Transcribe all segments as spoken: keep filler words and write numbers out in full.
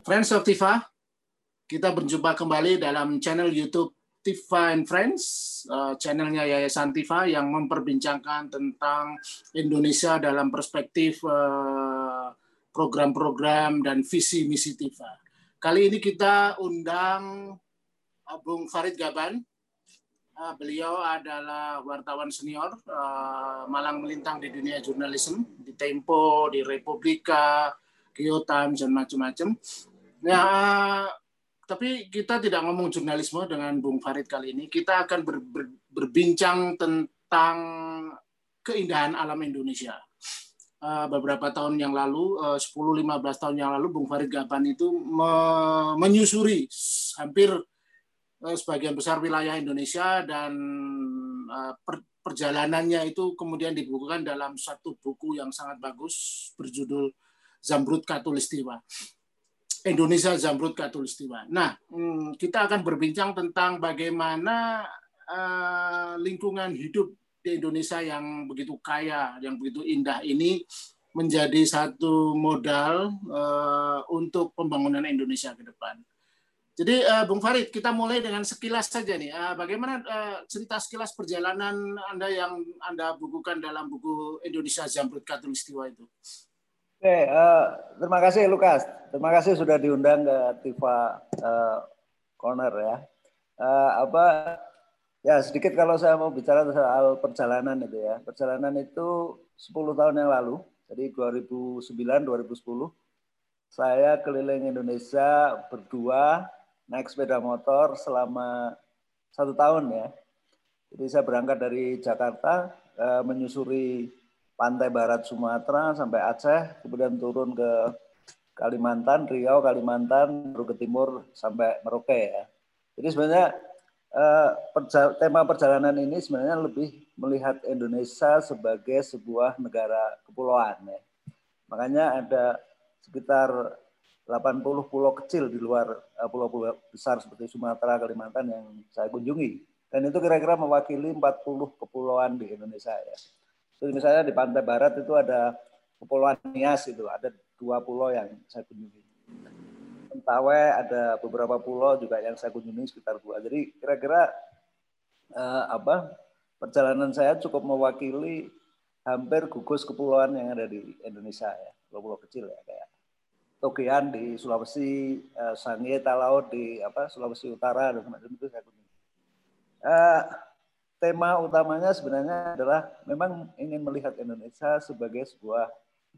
Friends of Tifa, kita berjumpa kembali dalam channel YouTube Tifa and Friends, uh, channelnya Yayasan Tifa yang memperbincangkan tentang Indonesia dalam perspektif uh, program-program dan visi misi Tifa. Kali ini kita undang uh, Bung Farid Gaban. Uh, beliau adalah wartawan senior, uh, malang melintang di dunia jurnalisme, di Tempo, di Republika, Geotimes, dan macam-macam. Ya, tapi kita tidak ngomong jurnalisme dengan Bung Farid kali ini. Kita akan ber, ber, berbincang tentang keindahan alam Indonesia. Uh, beberapa tahun yang lalu, uh, sepuluh sampai lima belas tahun yang lalu, Bung Farid Gaban itu me, menyusuri hampir uh, sebagian besar wilayah Indonesia dan uh, per, perjalanannya itu kemudian dibukukan dalam satu buku yang sangat bagus berjudul Zamrud Khatulistiwa. Indonesia Zamrud Khatulistiwa. Nah, kita akan berbincang tentang bagaimana uh, lingkungan hidup di Indonesia yang begitu kaya, yang begitu indah ini menjadi satu modal uh, untuk pembangunan Indonesia ke depan. Jadi, uh, Bung Farid, kita mulai dengan sekilas saja nih. Uh, bagaimana uh, cerita sekilas perjalanan Anda yang Anda bukukan dalam buku Indonesia Zamrud Khatulistiwa itu? Oke, uh, terima kasih Lukas. Terima kasih sudah diundang ke Tifa uh, Corner ya. Uh, apa ya sedikit kalau saya mau bicara soal perjalanan itu ya. Perjalanan itu sepuluh tahun yang lalu. Jadi dua ribu sembilan dua ribu sepuluh saya keliling Indonesia berdua naik sepeda motor selama satu tahun ya. Jadi saya berangkat dari Jakarta uh, menyusuri pantai barat Sumatera sampai Aceh, kemudian turun ke Kalimantan, Riau, Kalimantan, baru ke timur sampai Merauke ya. Jadi sebenarnya eh, perja tema perjalanan ini sebenarnya lebih melihat Indonesia sebagai sebuah negara kepulauan ya. Makanya ada sekitar delapan puluh pulau kecil di luar pulau-pulau besar seperti Sumatera, Kalimantan yang saya kunjungi. Dan itu kira-kira mewakili empat puluh kepulauan di Indonesia ya. Jadi misalnya di pantai barat itu ada Kepulauan Nias itu, ada dua pulau yang saya kunjungi. Mentawai ada beberapa pulau juga yang saya kunjungi sekitar dua. Jadi kira-kira eh, apa perjalanan saya cukup mewakili hampir gugus kepulauan yang ada di Indonesia ya, pulau-pulau kecil ya kayak Togean di Sulawesi, eh, Sangihe Talaut di apa Sulawesi Utara dan semacam itu saya kunjungi. Eh, tema utamanya sebenarnya adalah memang ingin melihat Indonesia sebagai sebuah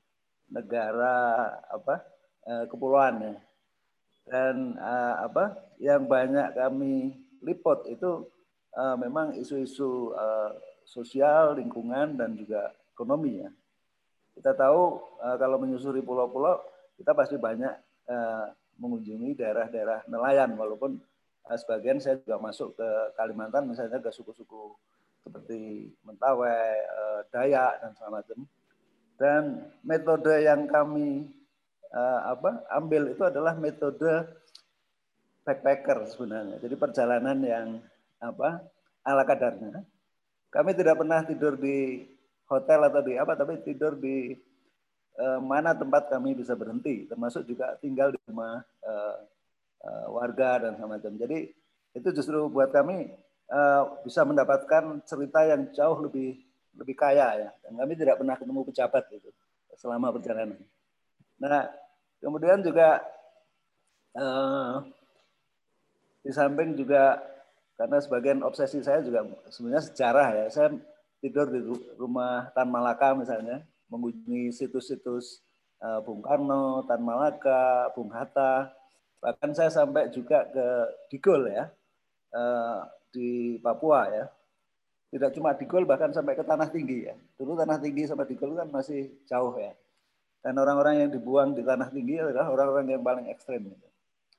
negara apa eh, kepulauan ya. Dan eh, apa yang banyak kami liput itu eh, memang isu-isu eh, sosial, lingkungan dan juga ekonomi ya. Kita tahu eh, kalau menyusuri pulau-pulau kita pasti banyak eh, mengunjungi daerah-daerah nelayan walaupun sebagian saya juga masuk ke Kalimantan misalnya ke suku-suku seperti Mentawai, Dayak dan segala macam. Dan metode yang kami apa ambil itu adalah metode backpacker sebenarnya. Jadi perjalanan yang apa ala kadarnya. Kami tidak pernah tidur di hotel atau di apa, tapi tidur di eh, mana tempat kami bisa berhenti, termasuk juga tinggal di rumah eh, warga dan semacam. Jadi itu justru buat kami uh, bisa mendapatkan cerita yang jauh lebih lebih kaya ya. Dan kami tidak pernah ketemu pejabat itu selama perjalanan. Nah kemudian juga uh, di samping juga karena sebagian obsesi saya juga sebenarnya sejarah ya. Saya tidur di rumah Tan Malaka misalnya, mengunjungi situs-situs uh, Bung Karno, Tan Malaka, Bung Hatta. Bahkan saya sampai juga ke Digul ya, eh, di Papua ya. Tidak cuma Digul, bahkan sampai ke Tanah Tinggi ya. Dulu Tanah Tinggi sampai Digul kan masih jauh ya. Dan orang-orang yang dibuang di Tanah Tinggi adalah orang-orang yang paling ekstrem. Gitu.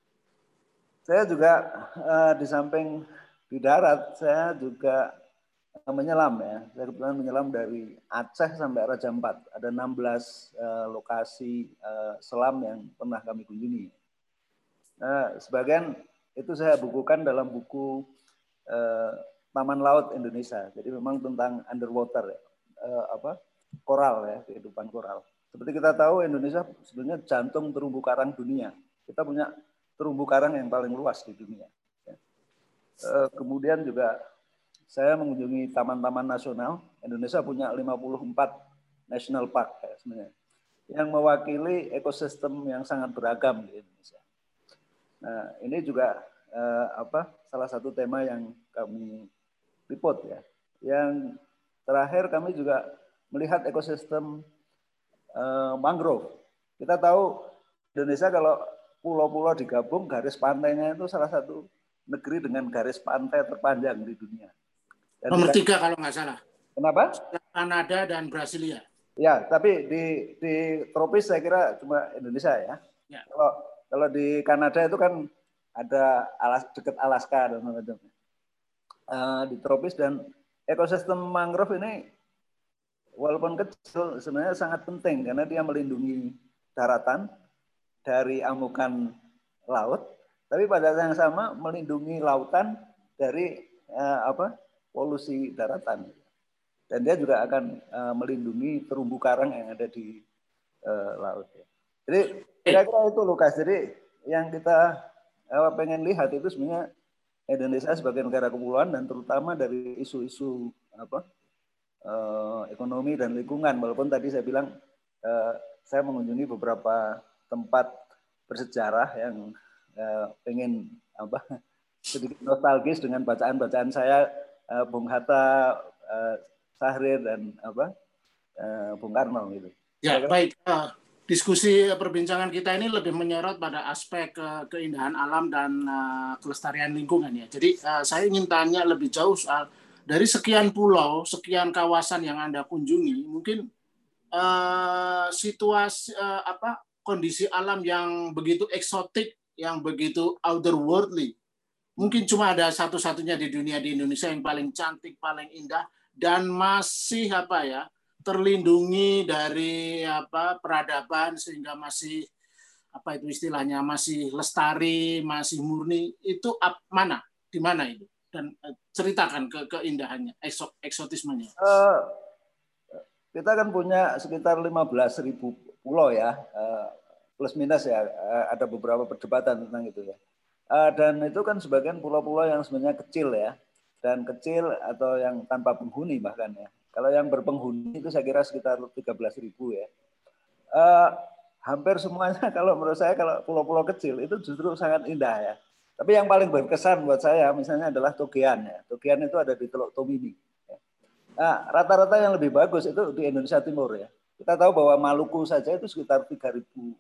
Saya juga eh, di samping di darat, saya juga menyelam ya. Saya kebetulan menyelam dari Aceh sampai Raja Ampat. Ada enam belas eh, lokasi eh, selam yang pernah kami kunjungi. Nah, sebagian itu saya bukukan dalam buku eh, Taman Laut Indonesia. Jadi memang tentang underwater, ya, eh, apa koral ya, kehidupan koral. Seperti kita tahu Indonesia sebenarnya jantung terumbu karang dunia. Kita punya terumbu karang yang paling luas di dunia. Kemudian juga saya mengunjungi taman-taman nasional. Indonesia punya lima puluh empat national park ya, sebenarnya, yang mewakili ekosistem yang sangat beragam di Indonesia. Nah, ini juga eh, apa salah satu tema yang kami liput ya. Yang terakhir kami juga melihat ekosistem eh, mangrove. Kita tahu Indonesia kalau pulau-pulau digabung, garis pantainya itu salah satu negeri dengan garis pantai terpanjang di dunia. Dan nomor tiga kalau nggak salah. Kenapa? Kanada dan Brasilia. Ya, tapi di di tropis saya kira cuma Indonesia ya. ya. Kalau kalau di Kanada itu kan ada alas dekat Alaska dan macam-macam. Uh, di tropis dan ekosistem mangrove ini walaupun kecil sebenarnya sangat penting karena dia melindungi daratan dari amukan laut, tapi pada saat yang sama melindungi lautan dari uh, apa polusi daratan. Dan dia juga akan uh, melindungi terumbu karang yang ada di uh, laut. Jadi kira-kira itu Lukas. Jadi yang kita uh, pengen lihat itu sebenarnya Indonesia sebagai negara kepulauan dan terutama dari isu-isu apa uh, ekonomi dan lingkungan. Walaupun tadi saya bilang uh, saya mengunjungi beberapa tempat bersejarah yang uh, pengen apa sedikit nostalgis dengan bacaan-bacaan saya, uh, Bung Hatta, uh, Sahrir dan apa uh, Bung Karno gitu. Ya kira-kira... baik. Uh, diskusi perbincangan kita ini lebih menyorot pada aspek uh, keindahan alam dan uh, kelestarian lingkungan ya. Jadi uh, saya ingin tanya lebih jauh soal dari sekian pulau, sekian kawasan yang Anda kunjungi, mungkin uh, situasi uh, apa kondisi alam yang begitu eksotik, yang begitu otherworldly. Mungkin cuma ada satu-satunya di dunia di Indonesia yang paling cantik, paling indah dan masih apa ya terlindungi dari apa peradaban sehingga masih apa itu istilahnya masih lestari, masih murni. Itu ap, mana? Di mana itu? Dan uh, ceritakan ke keindahannya, eksot, eksotismenya. Uh, kita kan punya sekitar lima belas ribu pulau ya, uh, plus minus ya, uh, ada beberapa perdebatan tentang itu ya. Uh, dan itu kan sebagian pulau-pulau yang sebenarnya kecil ya, dan kecil atau yang tanpa penghuni bahkan ya. Kalau yang berpenghuni itu saya kira sekitar tiga belas ribu ya. Uh, hampir semuanya kalau menurut saya kalau pulau-pulau kecil itu justru sangat indah ya. Tapi yang paling berkesan buat saya misalnya adalah Togean ya. Togean itu ada di Teluk Tomini. Nah, rata-rata yang lebih bagus itu di Indonesia Timur ya. Kita tahu bahwa Maluku saja itu sekitar tiga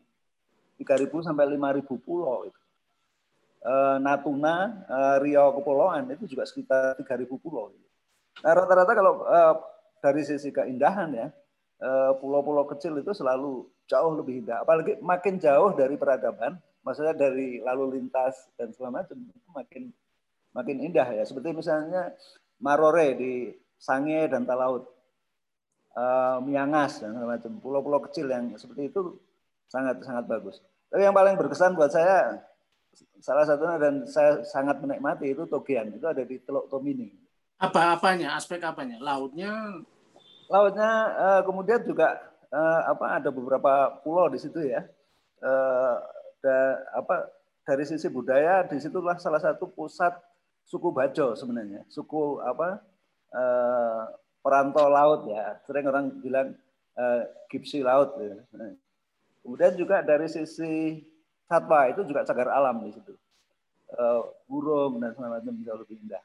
ribu sampai lima ribu pulau itu. E, Natuna, e, Riau Kepulauan itu juga sekitar tiga ribu pulau. Nah, rata-rata kalau e, dari sisi keindahan ya, e, pulau-pulau kecil itu selalu jauh lebih indah. Apalagi makin jauh dari peradaban, maksudnya dari lalu lintas dan segala macam itu makin makin indah ya. Seperti misalnya Marore di Sange dan Talaut, uh, Miangas dan macam pulau-pulau kecil yang seperti itu sangat sangat bagus. Tapi yang paling berkesan buat saya salah satunya dan saya sangat menikmati itu Togean, itu ada di Teluk Tomini. Apa-apanya, aspek apanya? Lautnya? Lautnya uh, kemudian juga uh, apa ada beberapa pulau di situ ya. Uh, da, apa dari sisi budaya disitulah salah satu pusat suku Bajo sebenarnya, suku apa? Uh, perantau laut ya, sering orang bilang uh, gipsi laut ya. Kemudian juga dari sisi satwa itu juga cagar alam di situ, uh, burung dan segala macam jauh lebih indah.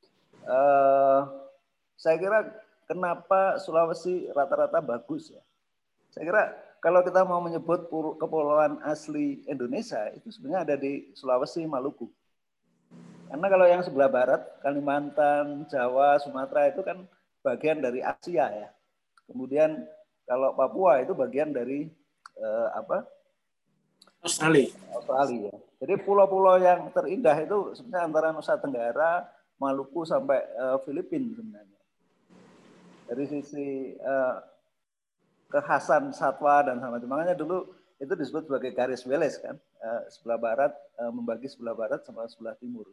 Uh, saya kira kenapa Sulawesi rata-rata bagus ya? Saya kira kalau kita mau menyebut kepulauan asli Indonesia itu sebenarnya ada di Sulawesi, Maluku. Karena kalau yang sebelah barat, Kalimantan, Jawa, Sumatera itu kan bagian dari Asia ya. Kemudian kalau Papua itu bagian dari eh, apa? Australia. Australia. Jadi pulau-pulau yang terindah itu sebenarnya antara Nusa Tenggara, Maluku sampai eh, Filipina sebenarnya. Dari sisi eh, kekhasan satwa dan sama macam. Makanya dulu itu disebut sebagai garis Wallace kan. Eh, sebelah barat eh, membagi sebelah barat sama sebelah timur.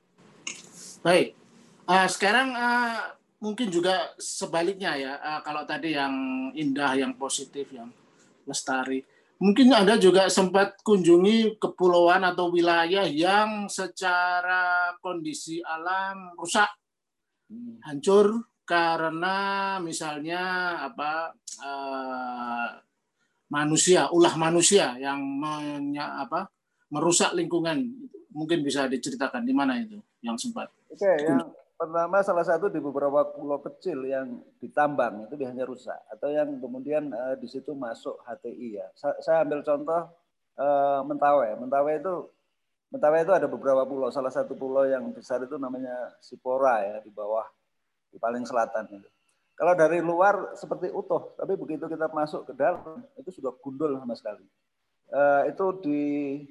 Baik, uh, sekarang uh, mungkin juga sebaliknya ya, uh, kalau tadi yang indah, yang positif, yang lestari. Mungkin Anda juga sempat kunjungi kepulauan atau wilayah yang secara kondisi alam rusak, hancur karena misalnya apa uh, manusia, ulah manusia yang menya, apa, merusak lingkungan. Mungkin bisa diceritakan di mana itu yang sempat. Oke, yang pertama salah satu di beberapa pulau kecil yang ditambang itu biasanya rusak, atau yang kemudian uh, di situ masuk H T I ya. Sa saya ambil contoh uh, Mentawai. Mentawai itu Mentawai itu ada beberapa pulau. Salah satu pulau yang besar itu namanya Sipora ya, di bawah, di paling selatan itu. Kalau dari luar seperti utuh, tapi begitu kita masuk ke dalam itu sudah gundul sama sekali. Uh, itu di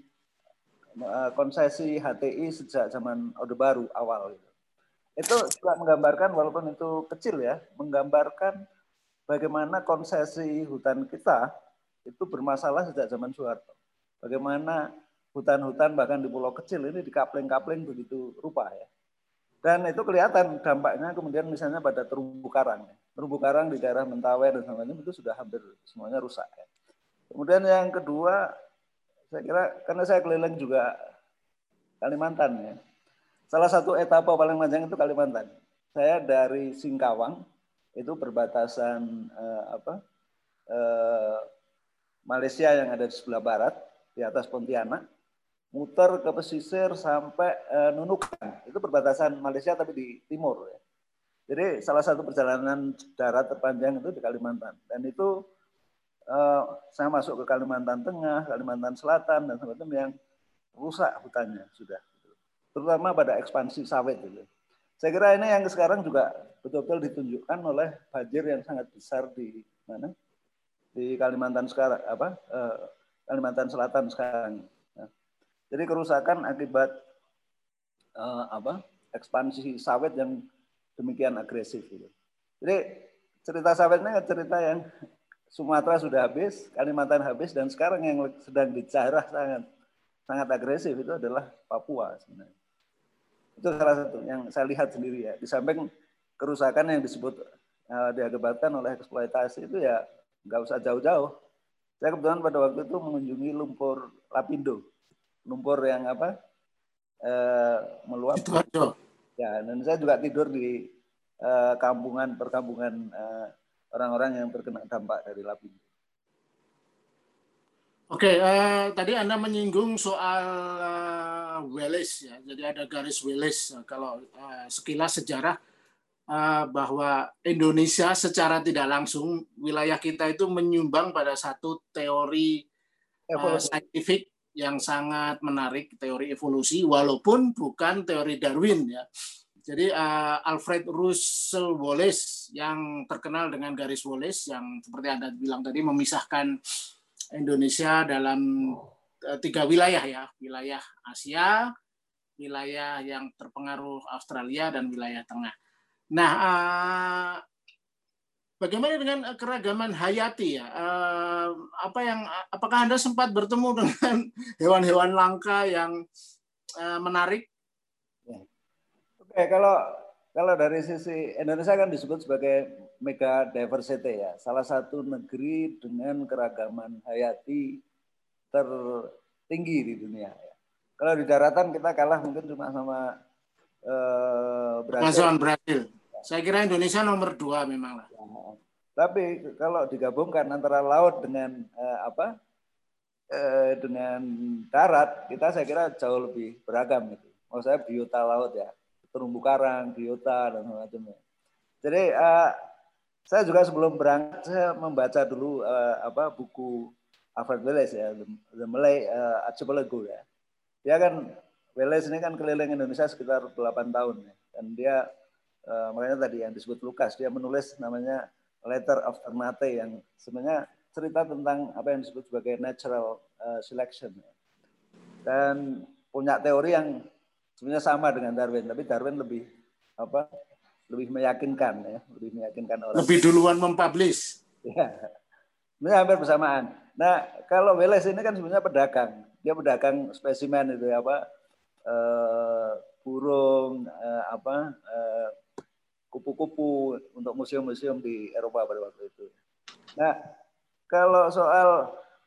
konsesi H T I sejak zaman Orde Baru awal. Itu juga menggambarkan, walaupun itu kecil ya, menggambarkan bagaimana konsesi hutan kita itu bermasalah sejak zaman Soeharto. Bagaimana hutan-hutan bahkan di pulau kecil ini dikapling-kapling begitu rupa ya. Dan itu kelihatan dampaknya kemudian misalnya pada terumbu karang. Terumbu karang di daerah Mentawai dan sebagainya itu sudah hampir semuanya rusak ya. Kemudian yang kedua, saya kira karena saya keliling juga Kalimantan ya. Salah satu etapa paling panjang itu Kalimantan. Saya dari Singkawang itu perbatasan eh, apa eh, Malaysia yang ada di sebelah barat di atas Pontianak, muter ke pesisir sampai eh, Nunukan. Itu perbatasan Malaysia tapi di timur. Ya. Jadi salah satu perjalanan darat terpanjang itu di Kalimantan. Dan itu eh, saya masuk ke Kalimantan Tengah, Kalimantan Selatan dan sebagainya yang rusak hutannya sudah. Terutama pada ekspansi sawit itu. Saya kira ini yang sekarang juga betul-betul ditunjukkan oleh banjir yang sangat besar di mana? Di Kalimantan sekarang apa? Eh, Kalimantan Selatan sekarang. Nah, jadi kerusakan akibat eh, apa? Ekspansi sawit yang demikian agresif gitu. Jadi cerita sawitnya cerita yang Sumatera sudah habis, Kalimantan habis, dan sekarang yang sedang dijarah sangat sangat agresif itu adalah Papua sebenarnya. Itu salah satu yang saya lihat sendiri ya. Di samping kerusakan yang disebut uh, diakibatkan oleh eksploitasi itu ya nggak usah jauh-jauh. Saya kebetulan pada waktu itu mengunjungi lumpur Lapindo, lumpur yang apa uh, meluap. Ya, dan saya juga tidur di uh, kampungan perkampungan uh, orang-orang yang terkena dampak dari Lapindo. Oke, uh, tadi Anda menyinggung soal uh, Wallace ya, jadi ada garis Wallace. Kalau uh, sekilas sejarah uh, bahwa Indonesia secara tidak langsung wilayah kita itu menyumbang pada satu teori uh, saintifik yang sangat menarik, teori evolusi, walaupun bukan teori Darwin ya. Jadi uh, Alfred Russel Wallace yang terkenal dengan garis Wallace yang seperti Anda bilang tadi memisahkan Indonesia dalam uh, tiga wilayah ya, wilayah Asia, wilayah yang terpengaruh Australia dan wilayah tengah. Nah, uh, bagaimana dengan keragaman hayati ya? Uh, apa yang apakah Anda sempat bertemu dengan hewan-hewan langka yang uh, menarik? Oke, kalau kalau dari sisi Indonesia kan disebut sebagai mega diversity ya, salah satu negeri dengan keragaman hayati tertinggi di dunia. Ya. Kalau di daratan kita kalah mungkin cuma sama eh, Brasil. Brasil. Saya kira Indonesia nomor dua memang lah. Ya. Tapi kalau digabungkan antara laut dengan eh, apa eh, dengan darat, kita saya kira jauh lebih beragam itu. Maksud saya biota laut ya, terumbu karang, biota dan macamnya. Jadi uh, saya juga sebelum berangkat saya membaca dulu uh, apa buku Alfred Wallace ya, The Malay uh, Archipelago ya. Dia kan Wallace ini kan keliling Indonesia sekitar delapan tahun ya. Dan dia uh, makanya tadi yang disebut Lukas, dia menulis namanya Letter of Ternate yang sebenarnya cerita tentang apa yang disebut sebagai natural uh, selection ya. Dan punya teori yang sebenarnya sama dengan Darwin, tapi Darwin lebih apa? Lebih meyakinkan ya, lebih meyakinkan orang. Lebih duluan mempublish. Ya, ini hampir bersamaan. Nah, kalau Wallace ini kan sebenarnya pedagang, dia pedagang spesimen itu ya, apa eh, burung, eh, apa eh, kupu-kupu untuk museum-museum di Eropa pada waktu itu. Nah, kalau soal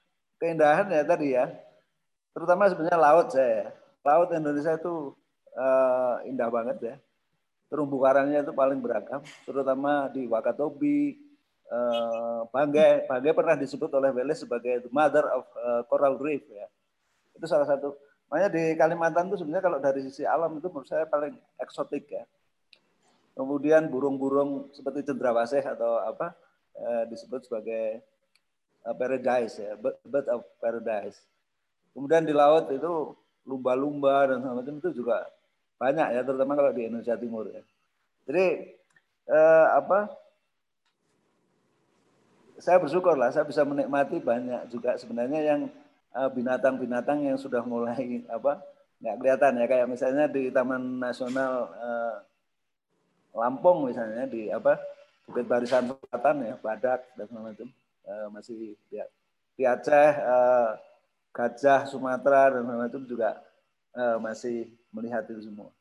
keindahan ya tadi ya, terutama sebenarnya laut saya. Laut Indonesia itu uh, indah banget ya. Terumbu karangnya itu paling beragam, terutama di Wakatobi, uh, Banggai. Banggai pernah disebut oleh Wallace sebagai the mother of uh, coral reef ya. Itu salah satu. Makanya di Kalimantan itu sebenarnya kalau dari sisi alam itu menurut saya paling eksotik ya. Kemudian burung-burung seperti cendrawasih atau apa eh, disebut sebagai uh, paradise ya, bird of paradise. Kemudian di laut itu lumba-lumba dan macam itu juga banyak ya, terutama kalau di Indonesia Timur ya. Jadi eh, apa? Saya bersyukur lah, saya bisa menikmati banyak juga sebenarnya yang eh, binatang-binatang yang sudah mulai apa nggak kelihatan ya, kayak misalnya di Taman Nasional eh, Lampung misalnya di apa Bukit Barisan Selatan ya, badak dan macam uh, masih ya. Di Aceh uh, gajah Sumatera dan macam juga uh, masih melihat itu semua.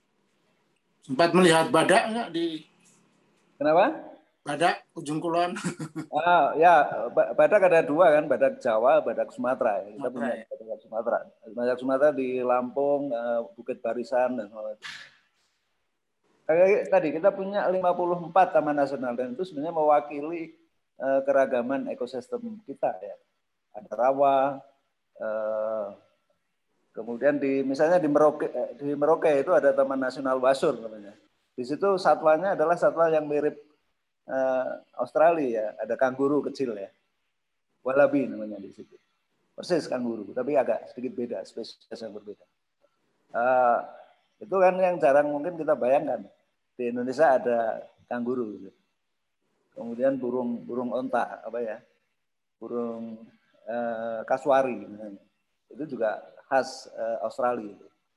Sempat melihat badak nggak di Kenapa? Badak ujung kulon? Ah ya, badak ada dua kan, badak Jawa, badak Sumatera. Ya. Kita Sumatera, punya ya? badak Sumatera. Badak Sumatera di Lampung, uh, Bukit Barisan dan macam. Kayak tadi kita punya lima puluh empat taman nasional dan itu sebenarnya mewakili uh, keragaman ekosistem kita ya. Ada rawa, uh, kemudian di misalnya di Merauke, di Merauke itu ada Taman Nasional Wasur namanya. Di situ satwanya adalah satwa yang mirip uh, Australia ya, ada kanguru kecil ya. Wallaby namanya di situ. Persis kanguru, tapi agak sedikit beda, spesies yang berbeda. Uh, itu kan yang jarang mungkin kita bayangkan. Di Indonesia ada kanguru. Gitu. Kemudian burung burung onta apa ya? Burung eh, kasuari misalnya. Itu juga khas eh, Australia.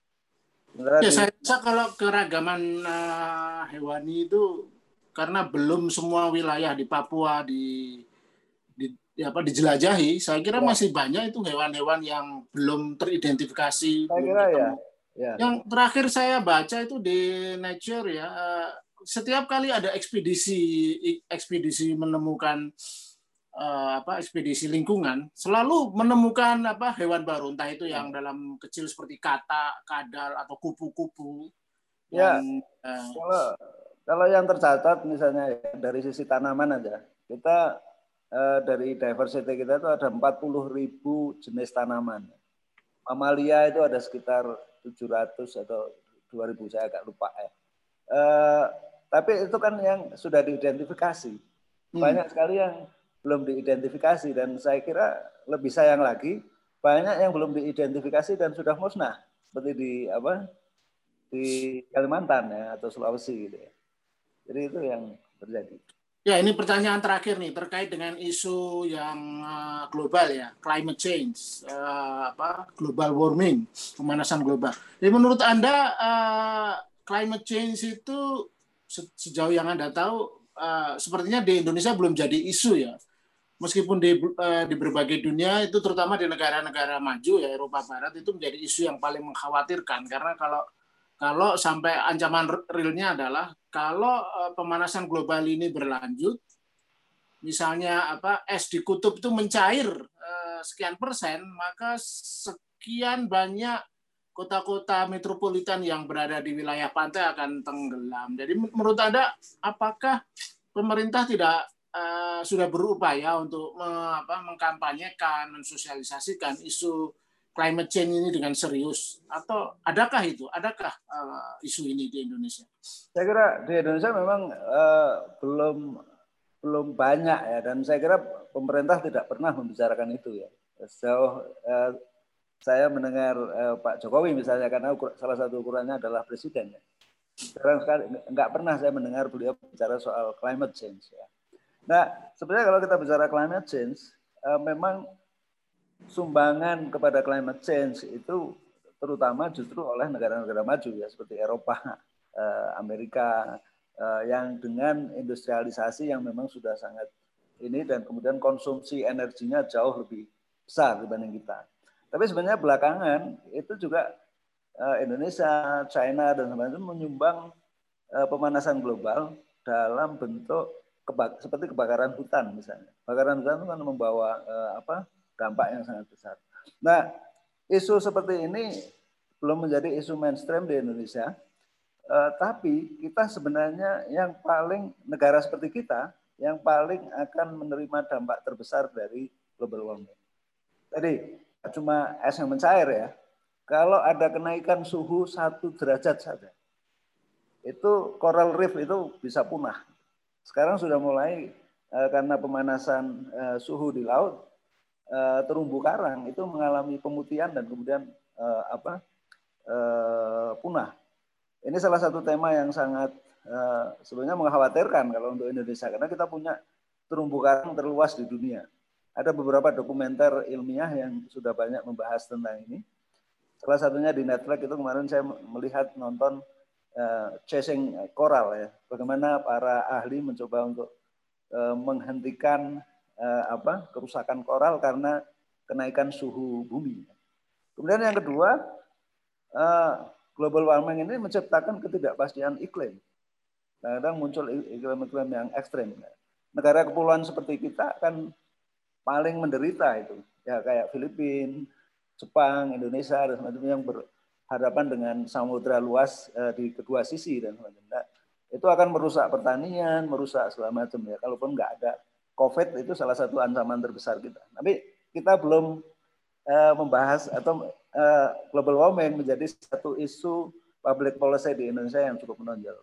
Ya, di, saya rasa kalau keragaman uh, hewani itu karena belum semua wilayah di Papua di, di, di apa dijelajahi, saya kira ya, masih banyak itu hewan-hewan yang belum teridentifikasi, saya belum kira ya, ketemu. ya. Yang terakhir saya baca itu di Nature ya, uh, setiap kali ada ekspedisi ekspedisi menemukan uh, apa ekspedisi lingkungan selalu menemukan apa hewan baru, entah itu yang dalam kecil seperti kata, kadal atau kupu-kupu Ya, yang uh, kalau kalau yang tercatat misalnya ya, dari sisi tanaman aja, kita eh, dari diversity kita itu ada empat puluh ribu jenis tanaman. Mamalia itu ada sekitar tujuh ratus atau dua ribu, saya agak lupa ya. Eh, tapi itu kan yang sudah diidentifikasi. hmm. Banyak sekali yang belum diidentifikasi dan saya kira lebih sayang lagi banyak yang belum diidentifikasi dan sudah musnah seperti di apa di Kalimantan ya atau Sulawesi gitu ya. Jadi itu yang terjadi. Ya, ini pertanyaan terakhir nih terkait dengan isu yang uh, global ya, climate change, uh, apa global warming, pemanasan global. Jadi menurut Anda uh, climate change itu sejauh yang Anda tahu uh, sepertinya di Indonesia belum jadi isu ya. Meskipun di uh, di berbagai dunia itu terutama di negara-negara maju ya Eropa Barat itu menjadi isu yang paling mengkhawatirkan karena kalau kalau sampai ancaman realnya adalah kalau uh, pemanasan global ini berlanjut, misalnya apa es di kutub itu mencair uh, sekian persen, maka sekian banyak kota-kota metropolitan yang berada di wilayah pantai akan tenggelam. Jadi menurut Anda, apakah pemerintah tidak uh, sudah berupaya untuk me, apa, mengkampanyekan, mensosialisasikan isu climate change ini dengan serius, atau adakah itu, adakah uh, isu ini di Indonesia? Saya kira di Indonesia memang uh, belum belum banyak ya dan saya kira pemerintah tidak pernah membicarakan itu ya. Sejauh uh, saya mendengar uh, Pak Jokowi misalnya karena ukur, salah satu ukurannya adalah presiden ya. Jarang sekali nggak pernah saya mendengar beliau bicara soal climate change ya. Nah sebenarnya kalau kita bicara climate change uh, memang sumbangan kepada climate change itu terutama justru oleh negara-negara maju ya seperti Eropa, Amerika yang dengan industrialisasi yang memang sudah sangat ini dan kemudian konsumsi energinya jauh lebih besar dibanding kita. Tapi sebenarnya belakangan itu juga Indonesia, China dan sebagainya menyumbang pemanasan global dalam bentuk seperti kebakaran hutan misalnya. Kebakaran hutan itu kan membawa apa? dampak yang sangat besar. Nah, isu seperti ini belum menjadi isu mainstream di Indonesia, eh, tapi kita sebenarnya yang paling, negara seperti kita, yang paling akan menerima dampak terbesar dari global warming. Jadi, cuma es yang mencair ya, kalau ada kenaikan suhu satu derajat saja, itu coral reef itu bisa punah. Sekarang sudah mulai eh, karena pemanasan eh, suhu di laut, eh, terumbu karang itu mengalami pemutihan dan kemudian eh, apa eh, punah. Ini salah satu tema yang sangat eh, sebenarnya mengkhawatirkan kalau untuk Indonesia, karena kita punya terumbu karang terluas di dunia. Ada beberapa dokumenter ilmiah yang sudah banyak membahas tentang ini. Salah satunya di Netflix itu kemarin saya melihat nonton uh, Chasing Coral ya, bagaimana para ahli mencoba untuk uh, menghentikan uh, apa kerusakan koral karena kenaikan suhu bumi. Kemudian yang kedua, uh, global warming ini menciptakan ketidakpastian iklim. Kadang muncul iklim-iklim yang ekstrim. Negara kepulauan seperti kita kan paling menderita itu, ya kayak Filipina, Jepang, Indonesia, dan semacamnya yang berhadapan dengan samudra luas eh, di kedua sisi dan semacamnya. Nah, itu akan merusak pertanian, merusak segala macam ya. Kalaupun nggak ada COVID, itu salah satu ancaman terbesar kita. Tapi kita belum eh, membahas atau eh, global warming menjadi satu isu public policy di Indonesia yang cukup menonjol.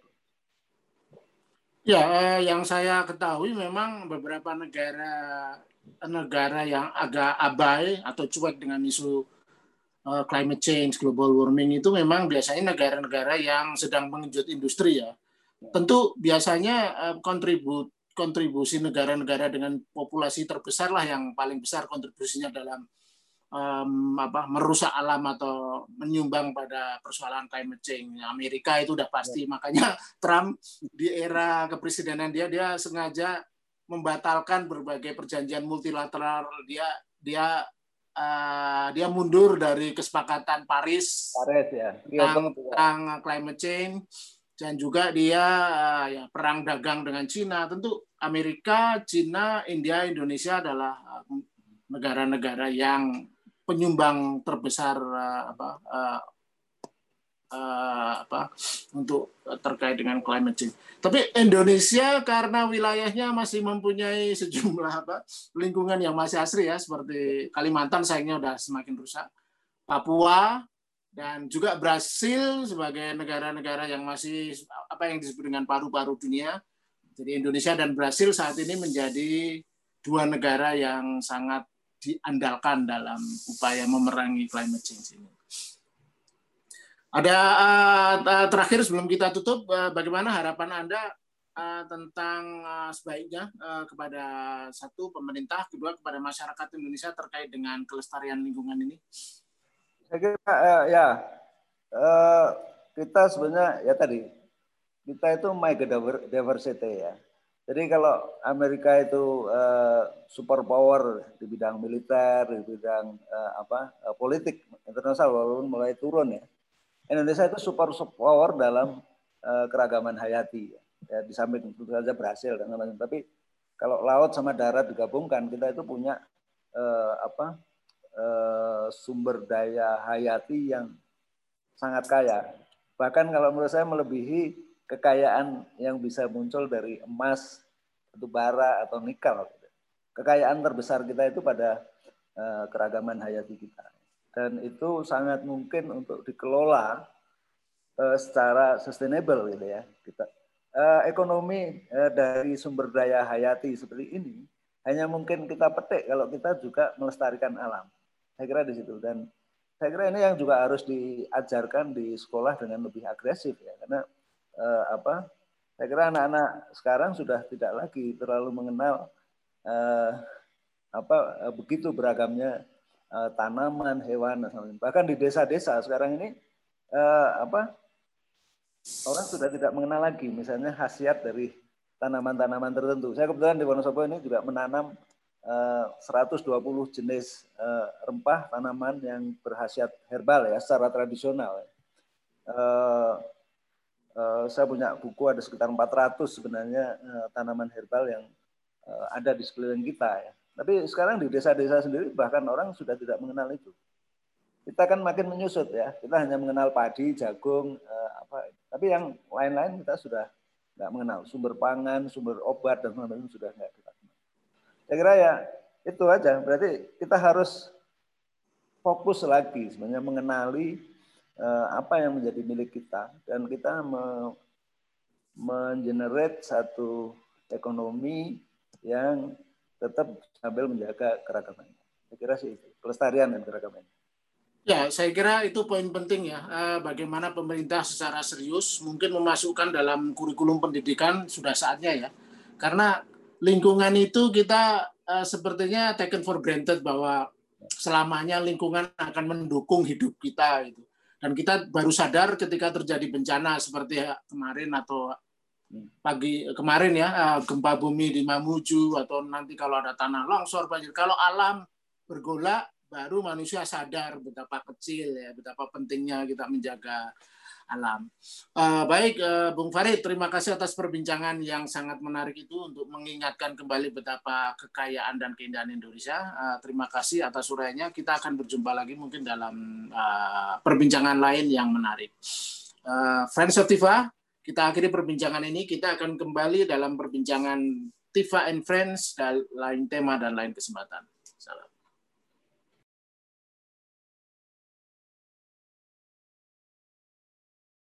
Ya, eh, yang saya ketahui memang beberapa negara negara yang agak abai atau cuek dengan isu uh, climate change, global warming itu memang biasanya negara-negara yang sedang mengejut industri ya. Tentu biasanya uh, kontribu, kontribusi negara-negara dengan populasi terbesar lah yang paling besar kontribusinya dalam um, apa merusak alam atau menyumbang pada persoalan climate change. Amerika itu udah pasti, makanya Trump di era kepresidenan dia dia sengaja membatalkan berbagai perjanjian multilateral. Dia dia uh, dia mundur dari kesepakatan Paris, Paris ya, tentang, tentang climate change, dan juga dia uh, ya perang dagang dengan Cina. Tentu Amerika, Cina, India, Indonesia adalah negara-negara yang penyumbang terbesar uh, apa uh, uh, apa untuk terkait dengan climate change. Tapi Indonesia karena wilayahnya masih mempunyai sejumlah apa lingkungan yang masih asri ya, seperti Kalimantan sayangnya udah semakin rusak, Papua, dan juga Brasil sebagai negara-negara yang masih apa yang disebut dengan paru-paru dunia. Jadi Indonesia dan Brasil saat ini menjadi dua negara yang sangat diandalkan dalam upaya memerangi climate change ini. Ada uh, terakhir sebelum kita tutup, uh, bagaimana harapan Anda uh, tentang uh, sebaiknya uh, kepada satu pemerintah, kedua kepada masyarakat Indonesia terkait dengan kelestarian lingkungan ini? Saya kira uh, ya uh, kita sebenarnya ya tadi kita itu mega diversity ya. Jadi kalau Amerika itu uh, super power di bidang militer, di bidang uh, apa uh, politik internasional walaupun mulai turun ya. Indonesia itu super power dalam uh, keragaman hayati ya. Ya di samping tentu saja berhasil dan lain-lain. Tapi kalau laut sama darat digabungkan, kita itu punya uh, apa uh, sumber daya hayati yang sangat kaya. Bahkan kalau menurut saya melebihi kekayaan yang bisa muncul dari emas, batu bara atau nikel. Kekayaan terbesar kita itu pada uh, keragaman hayati kita. Dan itu sangat mungkin untuk dikelola uh, secara sustainable gitu ya. Kita uh, ekonomi uh, dari sumber daya hayati seperti ini hanya mungkin kita petik kalau kita juga melestarikan alam. Saya kira di situ. Dan saya kira ini yang juga harus diajarkan di sekolah dengan lebih agresif ya, karena eh, apa? Saya kira anak-anak sekarang sudah tidak lagi terlalu mengenal eh, apa begitu beragamnya eh, tanaman, hewan, bahkan di desa-desa sekarang ini eh, apa? Orang sudah tidak mengenal lagi, misalnya khasiat dari tanaman-tanaman tertentu. Saya kebetulan di Wonosobo ini juga menanam seratus dua puluh jenis uh, rempah tanaman yang berkhasiat herbal ya secara tradisional. Uh, uh, saya punya buku ada sekitar empat ratus sebenarnya uh, tanaman herbal yang uh, ada di sekeliling kita ya. Tapi sekarang di desa-desa sendiri bahkan orang sudah tidak mengenal itu. Kita kan makin menyusut ya. Kita hanya mengenal padi, jagung, eh, apa. Tapi yang lain-lain kita sudah nggak mengenal. Sumber pangan, sumber obat dan sebagainya sudah nggak kita kenal. Saya kira ya itu aja. Berarti kita harus fokus lagi sebenarnya mengenali eh, apa yang menjadi milik kita dan kita me, mengenerate satu ekonomi yang tetap sambil menjaga keragaman. Saya kira sih itu, kelestarian dan keragaman. Ya, saya kira itu poin penting ya. Bagaimana pemerintah secara serius mungkin memasukkan dalam kurikulum pendidikan sudah saatnya ya. Karena lingkungan itu kita uh, sepertinya taken for granted bahwa selamanya lingkungan akan mendukung hidup kita gitu. Dan kita baru sadar ketika terjadi bencana seperti kemarin atau pagi kemarin ya, gempa bumi di Mamuju atau nanti kalau ada tanah longsor banjir. Kalau alam bergolak baru manusia sadar betapa kecil ya, betapa pentingnya kita menjaga alam. Uh, baik, uh, Bung Farid, terima kasih atas perbincangan yang sangat menarik itu untuk mengingatkan kembali betapa kekayaan dan keindahan Indonesia. Uh, terima kasih atas uraiannya. Kita akan berjumpa lagi mungkin dalam uh, perbincangan lain yang menarik. Uh, Friends of Tifa, kita akhiri perbincangan ini. Kita akan kembali dalam perbincangan Tifa and Friends dan lain tema dan lain kesempatan.